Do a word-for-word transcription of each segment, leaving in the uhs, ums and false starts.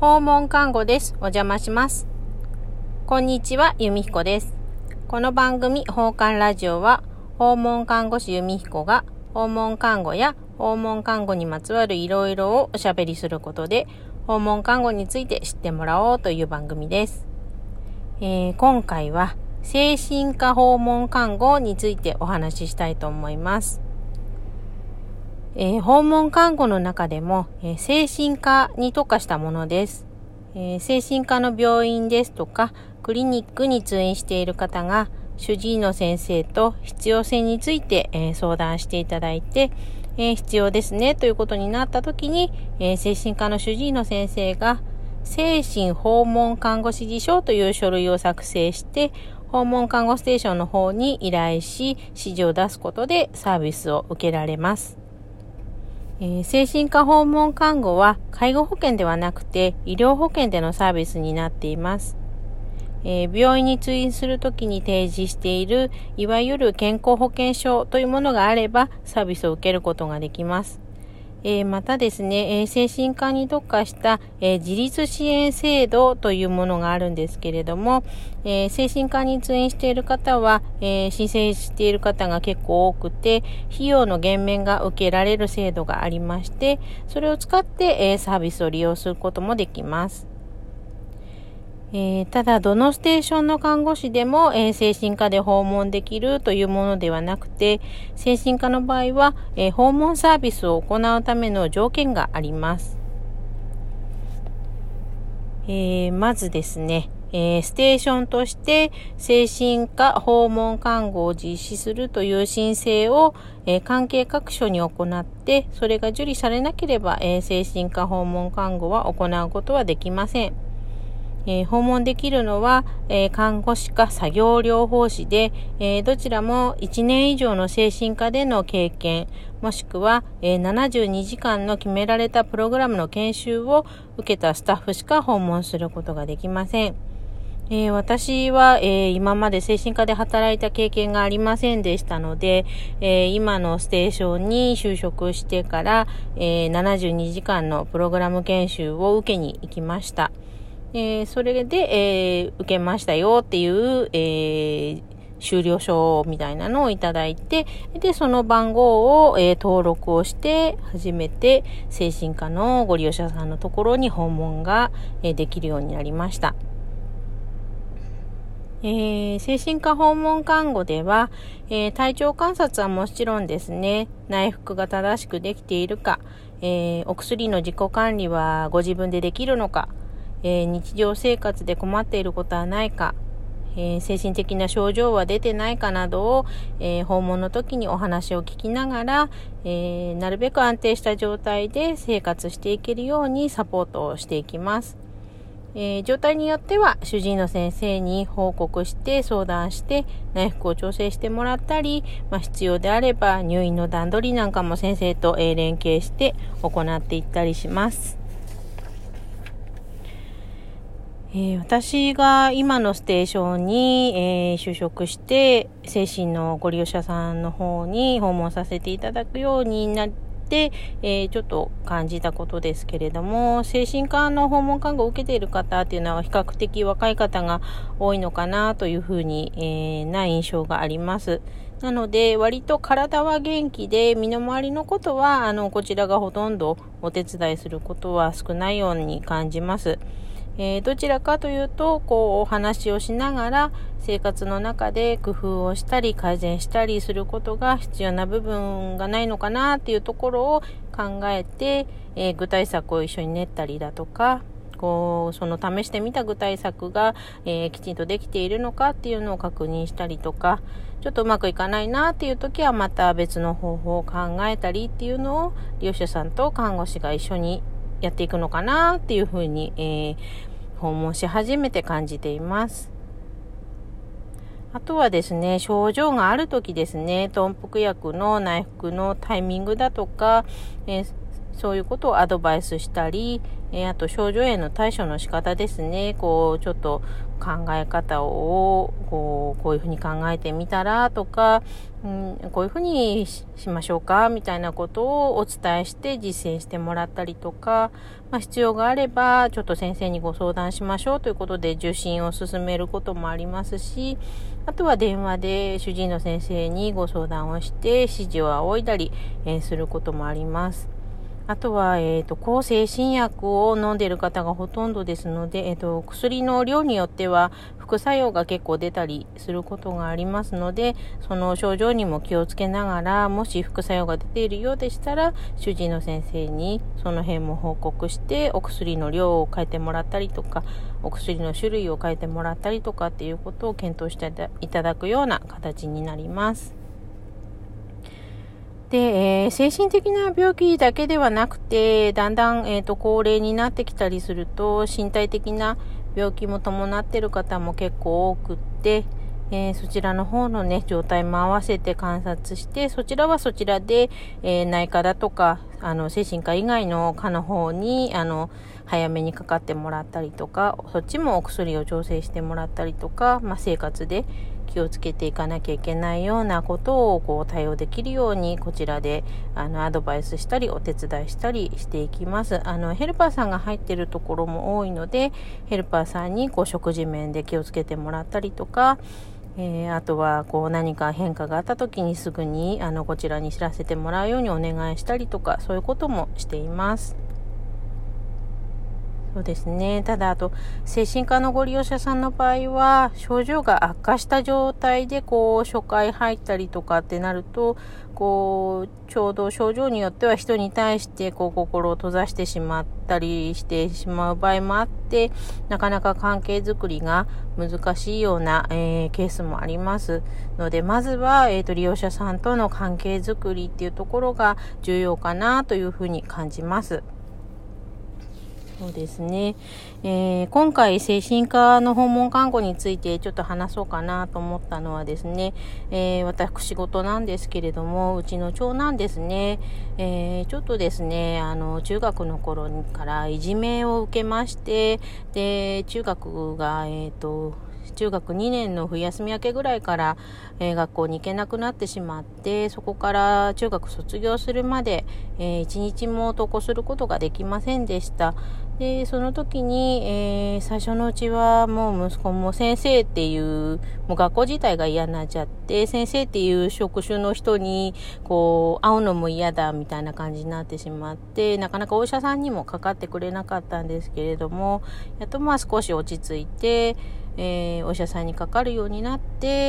訪問看護です。お邪魔します。こんにちは、由美彦です。この番組、訪看ラジオは、訪問看護師由美彦が、訪問看護や訪問看護にまつわるいろいろをおしゃべりすることで、訪問看護について知ってもらおうという番組です。えー、今回は、精神科訪問看護についてお話ししたいと思います。えー、訪問看護の中でも、えー、精神科に特化したものです、えー。精神科の病院ですとかクリニックに通院している方が主治医の先生と必要性について、えー、相談していただいて、えー、必要ですねということになったときに、えー、精神科の主治医の先生が精神訪問看護師事証という書類を作成して訪問看護ステーションの方に依頼し指示を出すことでサービスを受けられます。えー、精神科訪問看護は介護保険ではなくて医療保険でのサービスになっています。えー、病院に通院するときに提示しているいわゆる健康保険証というものがあればサービスを受けることができます。えー、またですね、えー、精神科に特化した、えー、自立支援制度というものがあるんですけれども、えー、精神科に通院している方は、えー、申請している方が結構多くて、費用の減免が受けられる制度がありまして、それを使って、えー、サービスを利用することもできます。えー、ただどのステーションの看護師でも、えー、精神科で訪問できるというものではなくて、精神科の場合は、えー、訪問サービスを行うための条件があります。えー、まずですね、えー、ステーションとして精神科訪問看護を実施するという申請を、えー、関係各所に行って、それが受理されなければ、えー、精神科訪問看護は行うことはできません。えー、訪問できるのは、えー、看護師か作業療法士で、えー、どちらもいちねん以上の精神科での経験、もしくは、えー、ななじゅうにじかんの決められたプログラムの研修を受けたスタッフしか訪問することができません。えー、私は、えー、今まで精神科で働いた経験がありませんでしたので、えー、今のステーションに就職してから、えー、ななじゅうにじかんのプログラム研修を受けに行きました。えー、それで、えー、受けましたよっていう、えー、終了証みたいなのをいただいて、で、その番号を、えー、登録をして、初めて精神科のご利用者さんのところに訪問が、えー、できるようになりました。えー、精神科訪問看護では、えー、体調観察はもちろんですね、内服が正しくできているか、えー、お薬の自己管理はご自分でできるのか、えー、日常生活で困っていることはないか、えー、精神的な症状は出てないかなどを、えー、訪問の時にお話を聞きながら、えー、なるべく安定した状態で生活していけるようにサポートをしていきます。えー、状態によっては主治医の先生に報告して相談して内服を調整してもらったり、まあ、必要であれば入院の段取りなんかも先生と、えー、連携して行っていったりします。えー、私が今のステーションに、えー、就職して精神のご利用者さんの方に訪問させていただくようになって、えー、ちょっと感じたことですけれども、精神科の訪問看護を受けている方っていうのは比較的若い方が多いのかなというふうに、えー、な印象があります。なので割と体は元気で身の回りのことはあのこちらがほとんどお手伝いすることは少ないように感じます。えー、どちらかというとこうお話をしながら生活の中で工夫をしたり改善したりすることが必要な部分がないのかなっていうところを考えて、えー、具体策を一緒に練ったりだとか、こうその試してみた具体策が、えー、きちんとできているのかっていうのを確認したりとか、ちょっとうまくいかないなっていう時はまた別の方法を考えたりっていうのを利用者さんと看護師が一緒にやっていくのかなっていうふうに、えー、訪問し始めて感じています。あとはですね、症状があるときですね、頓服薬の内服のタイミングだとか、えーそういうことをアドバイスしたり、えー、あと症状への対処の仕方ですね。こうちょっと考え方をこうこういうふうに考えてみたらとか、うん、こういうふうに し, しましょうかみたいなことをお伝えして実践してもらったりとか、まあ、必要があればちょっと先生にご相談しましょうということで受診を進めることもありますし、あとは電話で主治医の先生にご相談をして指示を仰いだり、えー、することもあります。あとは、えーと、抗精神薬を飲んでいる方がほとんどですので、えーと、薬の量によっては副作用が結構出たりすることがありますので、その症状にも気をつけながら、もし副作用が出ているようでしたら、主治医の先生にその辺も報告して、お薬の量を変えてもらったりとか、お薬の種類を変えてもらったりとかっていうことを検討していただくような形になります。で、えー、精神的な病気だけではなくて、だんだん、えーと、高齢になってきたりすると、身体的な病気も伴っている方も結構多くって、えー、そちらの方のね、状態も合わせて観察して、そちらはそちらで、えー、内科だとか、あの、精神科以外の科の方に、あの、早めにかかってもらったりとか、そっちもお薬を調整してもらったりとか、まあ、生活で気をつけていかなきゃいけないようなことをこう対応できるようにこちらであのアドバイスしたりお手伝いしたりしていきます。あのヘルパーさんが入っているところも多いので、ヘルパーさんにこう食事面で気をつけてもらったりとか、えー、あとはこう何か変化があった時にすぐにあのこちらに知らせてもらうようにお願いしたりとか、そういうこともしています。そうですね。ただ、あと、精神科のご利用者さんの場合は、症状が悪化した状態で、こう、初回入ったりとかってなると、こう、ちょうど症状によっては人に対して、こう、心を閉ざしてしまったりしてしまう場合もあって、なかなか関係づくりが難しいような、えー、ケースもありますので、まずは、えっと、利用者さんとの関係づくりっていうところが重要かなというふうに感じます。そうですね、えー、今回精神科の訪問看護についてちょっと話そうかなと思ったのはですね、えー、私事なんですけれども、うちの長男ですね、えー、ちょっとですね、あの中学の頃からいじめを受けまして、で中学がえっと中学にねんの冬休み明けぐらいから、えー、学校に行けなくなってしまって、そこから中学卒業するまで、えー、一日も登校することができませんでした。でその時に、えー、最初のうちはもう息子も先生っていうもう学校自体が嫌になっちゃって、先生っていう職種の人にこう会うのも嫌だみたいな感じになってしまって、なかなかお医者さんにもかかってくれなかったんですけれども、やっとまあ少し落ち着いて、えー、お医者さんにかかるようになって、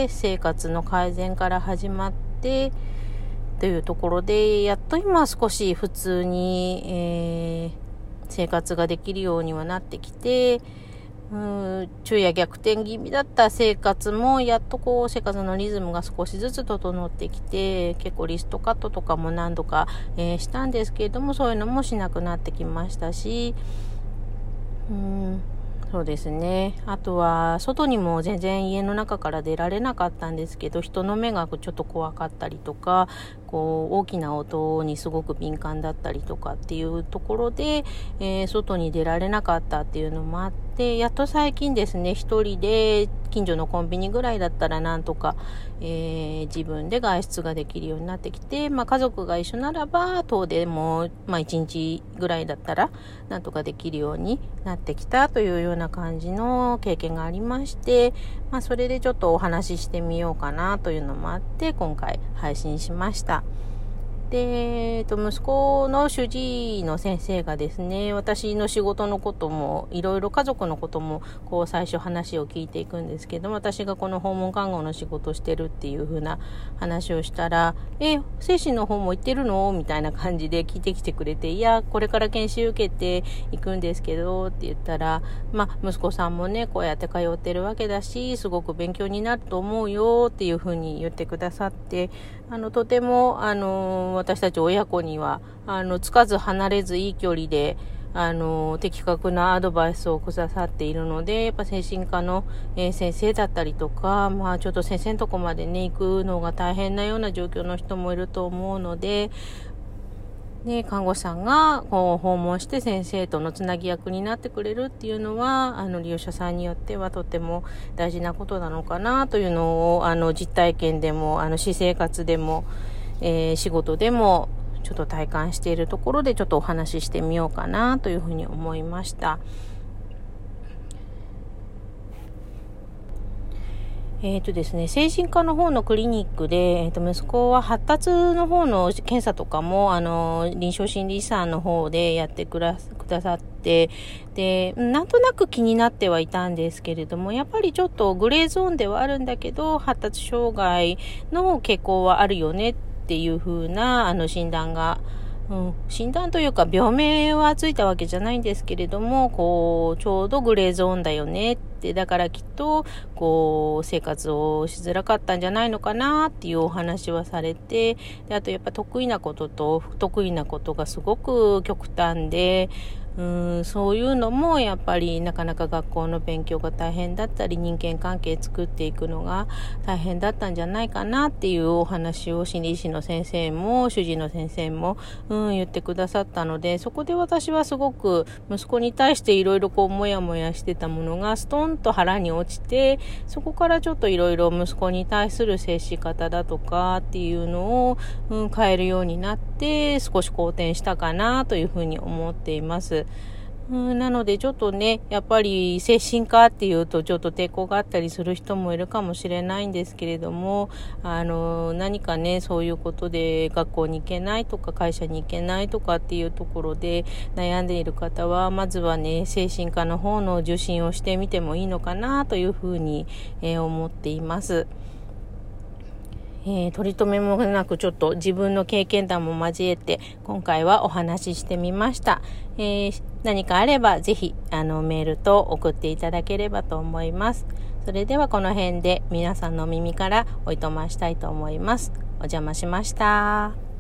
生活の改善から始まってというところで、やっと今少し普通に、えー、生活ができるようにはなってきて、うーん昼夜逆転気味だった生活もやっとこう生活のリズムが少しずつ整ってきて、結構リストカットとかも何度か、えー、したんですけれども、そういうのもしなくなってきましたし、うーんそうですね。あとは外にも全然家の中から出られなかったんですけど、人の目がちょっと怖かったりとか、こう大きな音にすごく敏感だったりとかっていうところで、えー、外に出られなかったっていうのもあって、やっと最近ですね、一人で近所のコンビニぐらいだったらなんとか、えー、自分で外出ができるようになってきて、まあ、家族が一緒ならば遠出も、まあ、いちにちぐらいだったらなんとかできるようになってきたというような感じの経験がありまして、まあ、それでちょっとお話ししてみようかなというのもあって今回配信しました。で、えっと、息子の主治医の先生がですね、私の仕事のこともいろいろ家族のこともこう最初話を聞いていくんですけど、私がこの訪問看護の仕事をしてるっていう風な話をしたら、え、精神の方も行ってるのみたいな感じで聞いてきてくれて、いやこれから研修受けていくんですけどって言ったら、まあ息子さんもねこうやって通ってるわけだし、すごく勉強になると思うよっていう風に言ってくださって、あのとてもあの私たち親子にはあのつかず離れずいい距離であの的確なアドバイスをくださっているので、やっぱ精神科の、えー、先生だったりとか、まあちょっと先生のとこまでね行くのが大変なような状況の人もいると思うので、 で、看護師さんがこう訪問して先生とのつなぎ役になってくれるっていうのは、あの利用者さんによってはとても大事なことなのかなというのを、あの実体験でも、あの私生活でも、えー、仕事でもちょっと体感しているところでちょっとお話ししてみようかなというふうに思いました。えっとですね、精神科の方のクリニックで、えっと、息子は発達の方の検査とかも、あの、臨床心理士さんの方でやってくださって、で、なんとなく気になってはいたんですけれども、やっぱりちょっとグレーゾーンではあるんだけど、発達障害の傾向はあるよねっていう風な、あの、診断が、うん、診断というか病名はついたわけじゃないんですけれども、こうちょうどグレーゾーンだよねって、だからきっとこう生活をしづらかったんじゃないのかなっていうお話はされて、であとやっぱ得意なことと不得意なことがすごく極端で、うん、そういうのもやっぱりなかなか学校の勉強が大変だったり、人間関係作っていくのが大変だったんじゃないかなっていうお話を心理師の先生も主治医の先生も、うん、言ってくださったので、そこで私はすごく息子に対していろいろこうもやもやしてたものがストンと腹に落ちて、そこからちょっといろいろ息子に対する接し方だとかっていうのを、うん、変えるようになって少し好転したかなというふうに思っています。うん、なのでちょっとね、やっぱり精神科っていうとちょっと抵抗があったりする人もいるかもしれないんですけれども、あの何かね、そういうことで学校に行けないとか会社に行けないとかっていうところで悩んでいる方は、まずはね、精神科の方の受診をしてみてもいいのかなというふうに、えー、思っています。えー、取り留めもなくちょっと自分の経験談も交えて今回はお話ししてみました。えー、何かあればぜひあのメールと送っていただければと思います。それではこの辺で皆さんの耳からおいとましたいと思います。お邪魔しました。